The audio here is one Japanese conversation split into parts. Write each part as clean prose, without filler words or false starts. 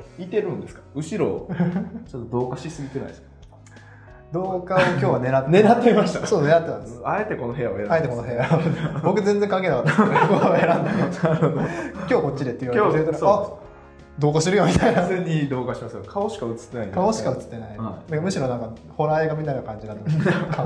いてるんですか？後ろちょっと同化しすぎてないですか？ 同化を今日は狙ってました。 そう、狙ってたんです。 あえてこの部屋を選んだ。 あえてこの部屋僕全然関係なかったですけど、ここを選んだ。今日こっちでって言われて、あ、同化してるよみたいな。 普通に同化しますよ。顔しか映ってない。 顔しか映ってない。むしろなんかホラー映画みたいな感じになってます。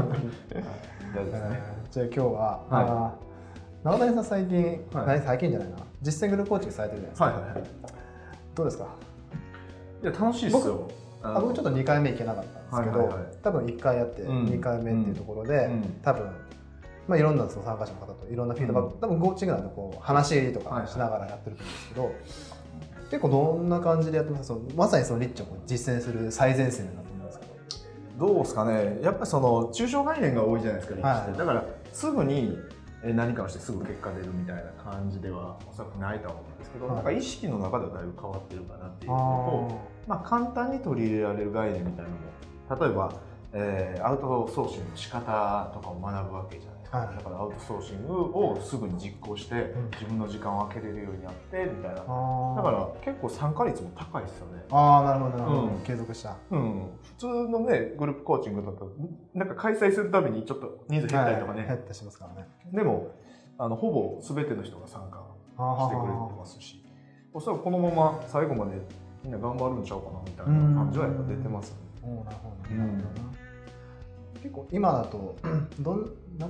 じゃあ今日は、中谷さん最近、最近じゃないな、実践グループコーチングされてるじゃないですか。どうですか？ いや、楽しいですよ。 僕ちょっと2回目行けなかったんですけど、多分1回やって2回目っていうところで、多分いろんな参加者の方といろんなフィードバック、多分コーチングなんでこう話とかしながらやってると思うんですけど、結構どんな感じでやってますか？まさにそのリッチを実践する最前線だと思うんですけど。 どうですかね。やっぱりその抽象概念が多いじゃないですか、リッチって。だからすぐに何かをしてすぐ結果出るみたいな感じではおそらくないとは思うんですけど、なんか意識の中ではだいぶ変わってるかなっていうのと、簡単に取り入れられる概念みたいなのも、例えば、アウトソーシングの仕方とかを学ぶわけじゃないですか。だからアウトソーシングをすぐに実行して自分の時間を空けれるようになってみたいな。だから結構参加率も高いですよね。 なるほどなるほど。継続した。 普通のねグループコーチングだとなんか開催するたびにちょっと人数減ったりとかね、 減ったりしますからね。 でもほぼ全ての人が参加してくれてますし、おそらくこのまま最後までみんな頑張るんちゃうかなみたいな感じはやっぱ出てますね。 なるほどな。結構今だとなんだろうな、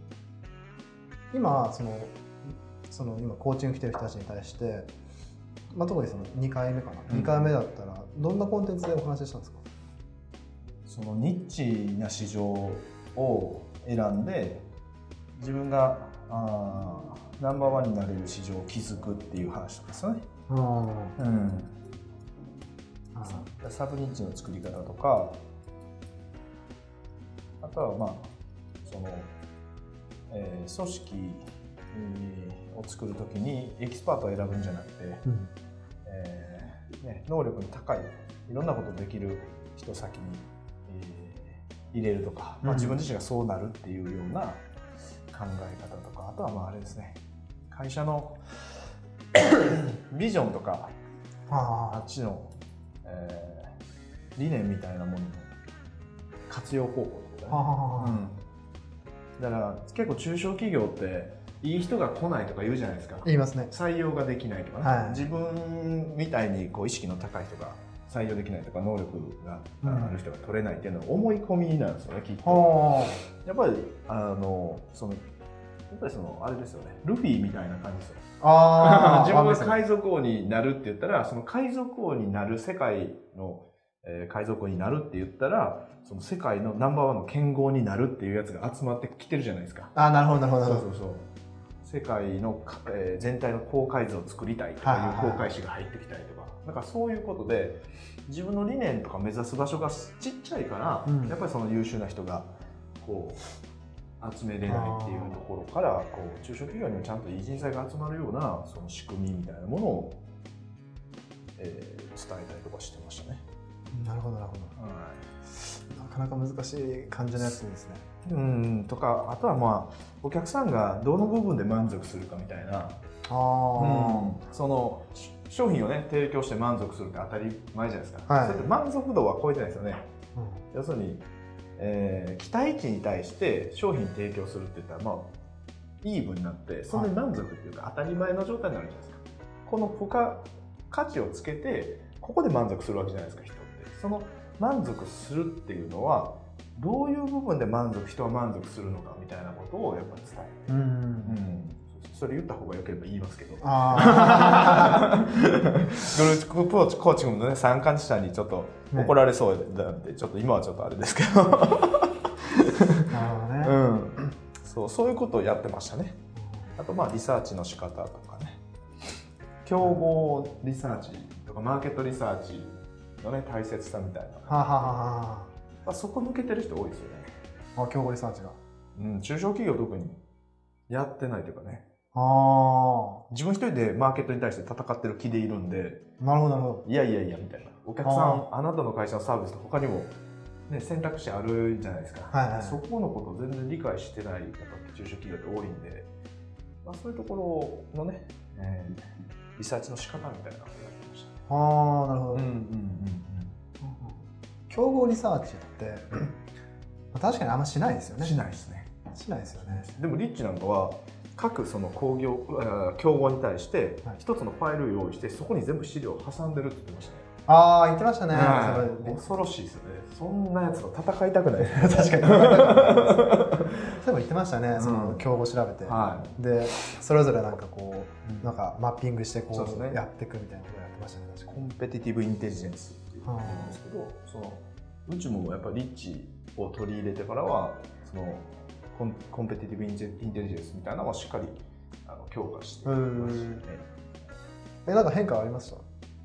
今今コーチング来てる人たちに対して、特にその2回目かな、2回目だったらどんなコンテンツでお話ししたんですか？ そのニッチな市場を選んで自分がナンバーワンになれる市場を築くっていう話とかですよね。サブニッチの作り方とか、あとはその、組織を作るときにエキスパートを選ぶんじゃなくて、能力の高いいろんなことできる人を先に、入れるとか、自分自身がそうなるっていうような考え方とか、あとはあれですね、会社のビジョンとかあっちの、理念みたいなものの活用方法とかね。だから結構中小企業っていい人が来ないとか言うじゃないですか。 言いますね。 採用ができないとかね、自分みたいにこう意識の高い人が採用できないとか、能力がある人が取れないっていうのは思い込みなんですよね、きっと。やっぱりあれですよね、ルフィみたいな感じですよ。自分が海賊王になるって言ったら、その海賊王になる世界の海賊王になるって言ったら、その世界のナンバーワンの剣豪になるっていうやつが集まってきてるじゃないですか。 なるほどなるほど。 そう世界の、全体の航海図を作りたいとかいう航海士が入ってきたりとか、なんかそういうことで自分の理念とか目指す場所がちっちゃいから、やっぱりその優秀な人がこう集めれないっていうところから、こう中小企業にもちゃんといい人材が集まるようなその仕組みみたいなものを、伝えたりとかしてましたね。 なるほどなるほど。なかなか難しい感じのやつですね。 とか、あとはお客さんがどの部分で満足するかみたいな。その商品をね提供して満足するって当たり前じゃないですか。それって満足度は超えてないですよね。要するに、期待値に対して商品提供するって言ったらイーブンになって、そんなに満足っていうか当たり前の状態になるじゃないですか。この付加価値をつけてここで満足するわけじゃないですか、人って。その満足するっていうのはどういう部分で人は満足するのかみたいなことをやっぱ伝えて、それ言った方がよければ言いますけど、グループコーチングのね参加者にちょっと怒られそうなんで、ちょっと今はちょっとあれですけどそういうことをやってましたね。あとリサーチの仕方とかね、競合リサーチとかマーケットリサーチのね大切さみたいな、そこ抜けてる人多いですよね。 競合リサーチが。 中小企業特にやってないというかね。自分一人でマーケットに対して戦ってる気でいるんで。 なるほどなるほど。 いやみたいな。お客さん、あなたの会社のサービスと他にも、ね、選択肢あるじゃないですか。そこのことを全然理解してない方って中小企業って多いんで、そういうところのね、リサーチの仕方みたいなのをやってましたね。 ああ、なるほど。競合リサーチって確かにあんましないですよね。 しないですね。 しないですよね。 でもリッチなんかは各その競合に対して一つのファイルを用意して、そこに全部資料を挟んでるって言ってましたね。 ああ、言ってましたね。 恐ろしいですよね。そんなやつと戦いたくないですね。 確かに。そういえば言ってましたね。その競合調べて、でそれぞれなんかこうなんかマッピングしてこうやっていくみたいなことやってましたね。確かに。 コンペティティブインテリジェンスっていうんですけど、そのうちもやっぱりリッチを取り入れてからはそのコンペティティブインテリジェンスみたいなのはしっかり強化してますしね。 なんか変化はありました？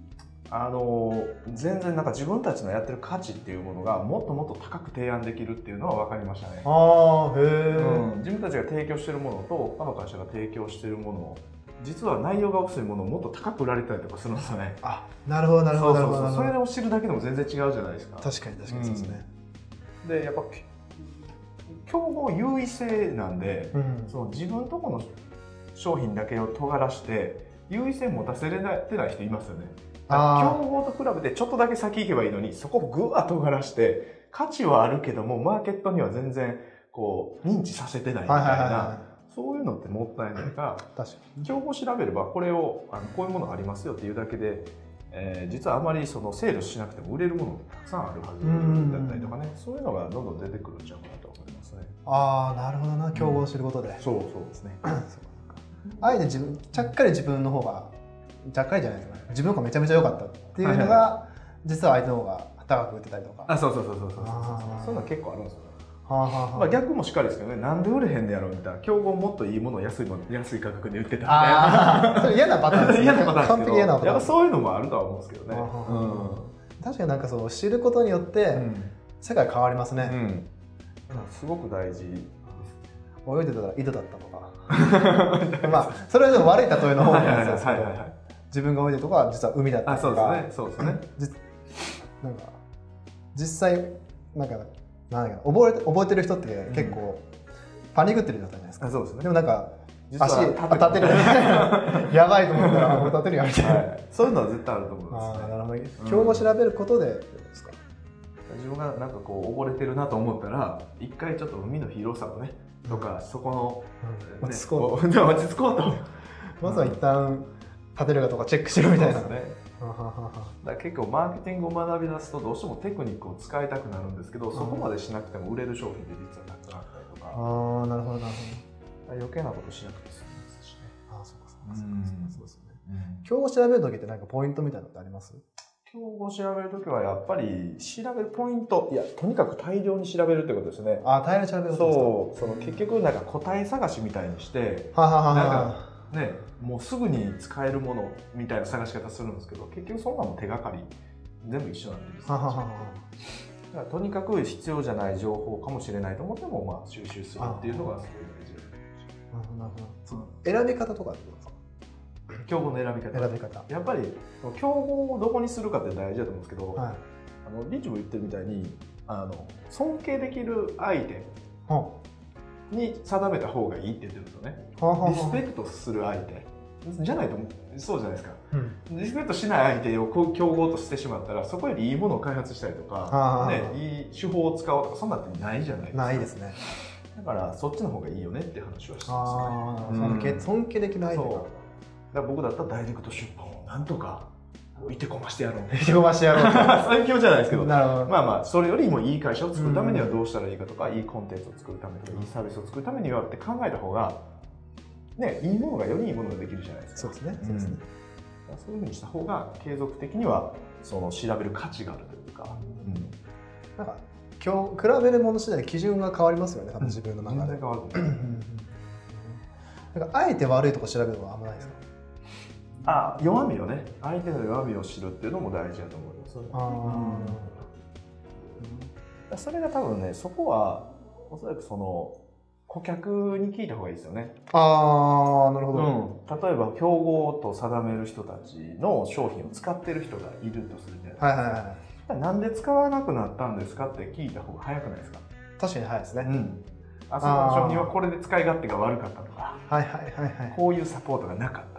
全然なんか自分たちのやってる価値っていうものがもっともっと高く提案できるっていうのは分かりましたね。自分たちが提供してるものと他の会社が提供してるもの、実は内容が薄いものをもっと高く売られたりとかするんですよね。 あ、なるほどなるほど。 それを知るだけでも全然違うじゃないですか。 確かにそうですね。 でやっぱ競合優位性なんで、その自分とこの商品だけを尖らして優位性持たせれてない人いますよね。競合と比べてちょっとだけ先行けばいいのに、そこをぐわっと尖らして価値はあるけどもマーケットには全然こう認知させてないみたいな、そういうのってもったいないから、競合調べればこれをこういうものありますよっていうだけで、実はあまりそのセールしなくても売れるものってたくさんあるはずだったりとかね、そういうのがどんどん出てくるんちゃうかなと思いますね。 ああ、なるほどな。競合を知ることで。 そうですね。 あえてちゃっかり自分の方がちゃっかりじゃないですかね。自分の方がめちゃめちゃ良かったっていうのが、実は相手の方が高く売ってたりとか。 そういうの結構あるんですよね。まあ逆もしっかりですけどね、なんで売れへんねやろみたいな、競合もっといいものを安い価格で売ってたみたいな。 それ嫌なパターンですね。 嫌なパターンですけど、 やっぱそういうのもあるとは思うんですけどね。 確かになんかそう知ることによって世界変わりますね。 すごく大事です。 泳いでたら井戸だったとか。まあそれはでも悪い例えの方なんですけど、自分が泳いでるとこは実は海だったりとか。 そうですね。 なんか実際なんか覚えてる人って結構パニックってるじゃないですか。 そうですね。 でもなんか足立てるやばいと思ったらもう立てるやみたいな。 そういうのは絶対あると思いますね。 なるほど。競合調べることでですか。 自分がなんかこう溺れてるなと思ったら一回ちょっと海の広さをねとかそこの落ち着こうとまずは一旦立てるかとかチェックしろみたいな。 だ結構マーケティングを学び出すとどうしてもテクニックを使いたくなるんですけど、そこまでしなくても売れる商品って実はたくさんあったりとか。 なるほどなるほど。 余計なことしなくて済みますしね。 そうですね。競合調べる時って何かポイントみたいなのってあります？ 競合調べる時はやっぱり調べるポイント、とにかく大量に調べるってことですね。 大量に調べる。 結局なんか答え探しみたいにしてね、もうすぐに使えるものみたいな探し方するんですけど、結局そんなの手がかり全部一緒なんです。だからとにかく必要じゃない情報かもしれないと思っても収集するっていうのがすごい大事です。 選び方とかってことですか？ 競合の選び方。やっぱり競合をどこにするかって大事だと思うんですけど、リッチも言ってるみたいに尊敬できる相手に定めた方がいいって言ってるんですよね。リスペクトする相手じゃないとそうじゃないですか。リスペクトしない相手を競合としてしまったら、そこよりいいものを開発したりとか、いい手法を使おうとかそんなってないじゃないですか。 ないですね。 だからそっちの方がいいよねって話はしてますね。 尊敬できる相手が。 だから僕だったらダイレクト出版をなんとか置いてこましてやろう。 そういう気持ちじゃないですけど、まあそれよりもいい会社を作るためにはどうしたらいいかとか、いいコンテンツを作るためとか、いいサービスを作るためにはって考えた方がね、いいものがよりいいものができるじゃないですか。 そうですね。 そういうふうにした方が継続的にはその調べる価値があるというか。 なんか比べるもの次第で基準が変わりますよね。多分自分の中で。 全然変わる。 なんかあえて悪いとこ調べるのはあんまないですか？ 弱みをね、相手の弱みを知るっていうのも大事だと思います。それが多分ね、そこはおそらくその顧客に聞いた方がいいですよね。 なるほど。例えば競合と定める人たちの商品を使ってる人がいるとするじゃないですか。なんで使わなくなったんですかって聞いた方が早くないですか？ 確かに早いですね。 その商品はこれで使い勝手が悪かったとか、こういうサポートがなかったとか。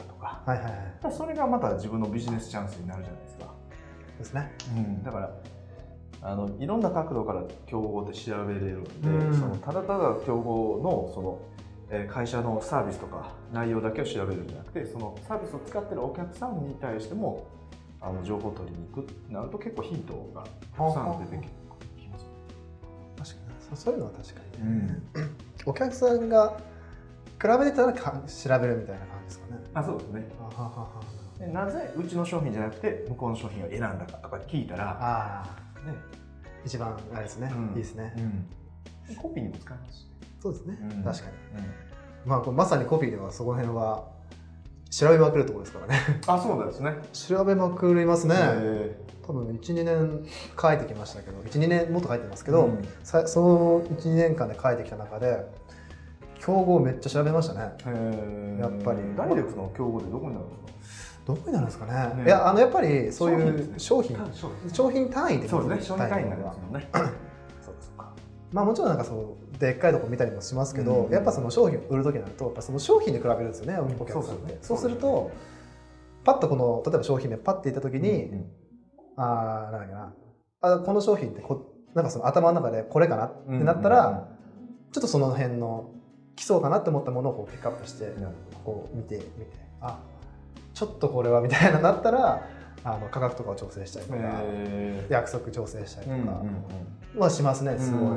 はいはいはい、 それがまた自分のビジネスチャンスになるじゃないですか。 ですね。 だからいろんな角度から競合って調べれるので、そのただただ競合のその会社のサービスとか内容だけを調べるんじゃなくて、そのサービスを使ってるお客さんに対しても情報を取りに行くってなると結構ヒントがたくさん出てきます。 確かにそういうのは確かに、お客さんが比べてたら調べるみたいな感じですかね。 そうですね。でなぜうちの商品じゃなくて向こうの商品を選んだかとか聞いたら、 一番あれですね、いいですね。 コピーにも使えますし。 そうですね、確かに。まさにコピーではそこら辺は調べまくるところですからね。 そうなんですね。 調べまくりますね。多分 1,2 年書いてきましたけど、1,2 年もっと書いてますけど、その 1,2 年間で書いてきた中で競合めっちゃ調べましたね。やっぱりダイレクトの競合ってどこになるんですか？ どこになるんですかね。いややっぱりそういう商品単位で、 そうですね、商品単位になりますもんね。 もちろんなんかそうでっかいとこ見たりもしますけど、やっぱその商品を売る時になるとやっぱその商品で比べるんですよね、お客さんって。そうするとパッとこの例えば商品名パッて言った時に、なんだっけな、この商品ってなんかその頭の中でこれかなってなったら、ちょっとその辺の来そうかなって思ったものをこうピックアップしてこう見てちょっとこれはみたいななったら価格とかを調整したりとか、約束調整したりとかはしますね。すごい。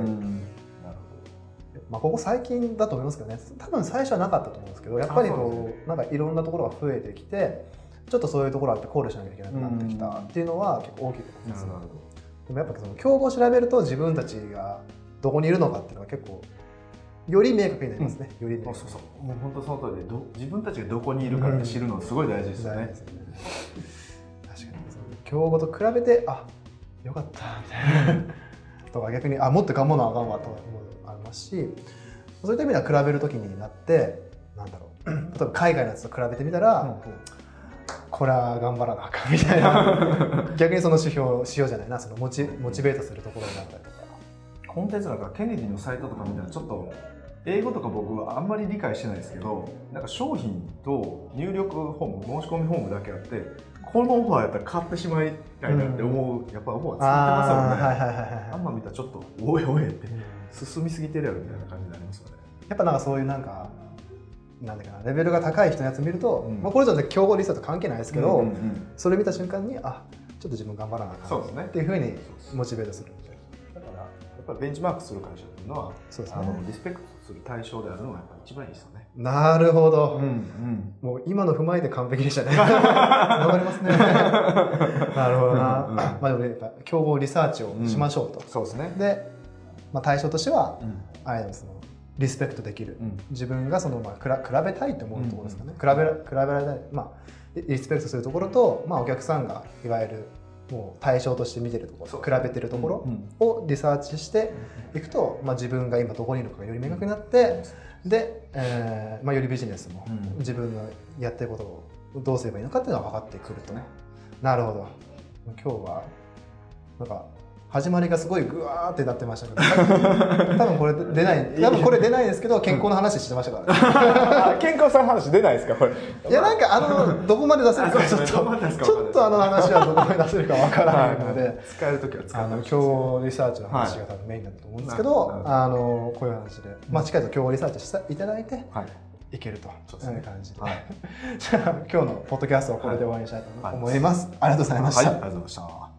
ここ最近だと思いますけどね。多分最初はなかったと思うんですけど、やっぱりなんかいろんなところが増えてきて、ちょっとそういうところは考慮しなきゃいけなくなってきたっていうのは結構大きく思います。でもやっぱその競合を調べると自分たちがどこにいるのかっていうのが結構より明確になりますね。より明確。 もう本当その通りで、自分たちがどこにいるかって知るのすごい大事ですよね。 確かに競合と比べてよかったみたいなとか、逆にもっと頑張らなあかんわとかありますし、そういった意味では比べる時になってなんだろう、例えば海外のやつと比べてみたら、これは頑張らなあかんみたいな逆にその指標じゃないな、そのモチベートするところになったりとか。 コンテンツなんかケネディのサイトとか見たらちょっと英語とか僕はあんまり理解してないですけど、なんか商品と入力フォーム、申し込みフォームだけあって、このオファーやったら買ってしまいたいなって思う、やっぱオファー作ってますよね。あんま見たらちょっとおいおいって進みすぎてるやろみたいな感じになりますよね。 やっぱなんかそういうなんだかな、レベルが高い人のやつ見ると、これ以上競合リストと関係ないですけど、それ見た瞬間にちょっと自分頑張らなあかんっていうふうにモチベートする。 だからやっぱりベンチマークする会社っていうのは、リスペクトする対象であるのがやっぱり一番いいですよね。 なるほど。もう今の踏まえて完璧でしたね。頑張りますね。なるほどな。でもやっぱ競合リサーチをしましょうと。 そうですね。 で、対象としてはリスペクトできる、自分が比べたいと思うところですかね。比べられない、リスペクトするところと、お客さんがいわゆるもう対象として見てるところ、比べてるところをリサーチしていくと、自分が今どこにいるのかがより明確になって、で、よりビジネスも自分のやってることをどうすればいいのかっていうのが分かってくるとね。なるほど。今日はなんか始まりがすごいグワーってなってましたけど、多分これ出ないですけど、健康の話してましたからね。 健康さんの話出ないですかこれ？ いや、なんかどこまで出せるかちょっと話はどこまで出せるかわからないので、 使えるときは使う。 競合リサーチの話が多分メインだと思うんですけど、こういう話で、しっかりと競合リサーチしていただいていけるという感じで、じゃあ今日のポッドキャストはこれで終わりにしたいと思います。ありがとうございました。 ありがとうございました。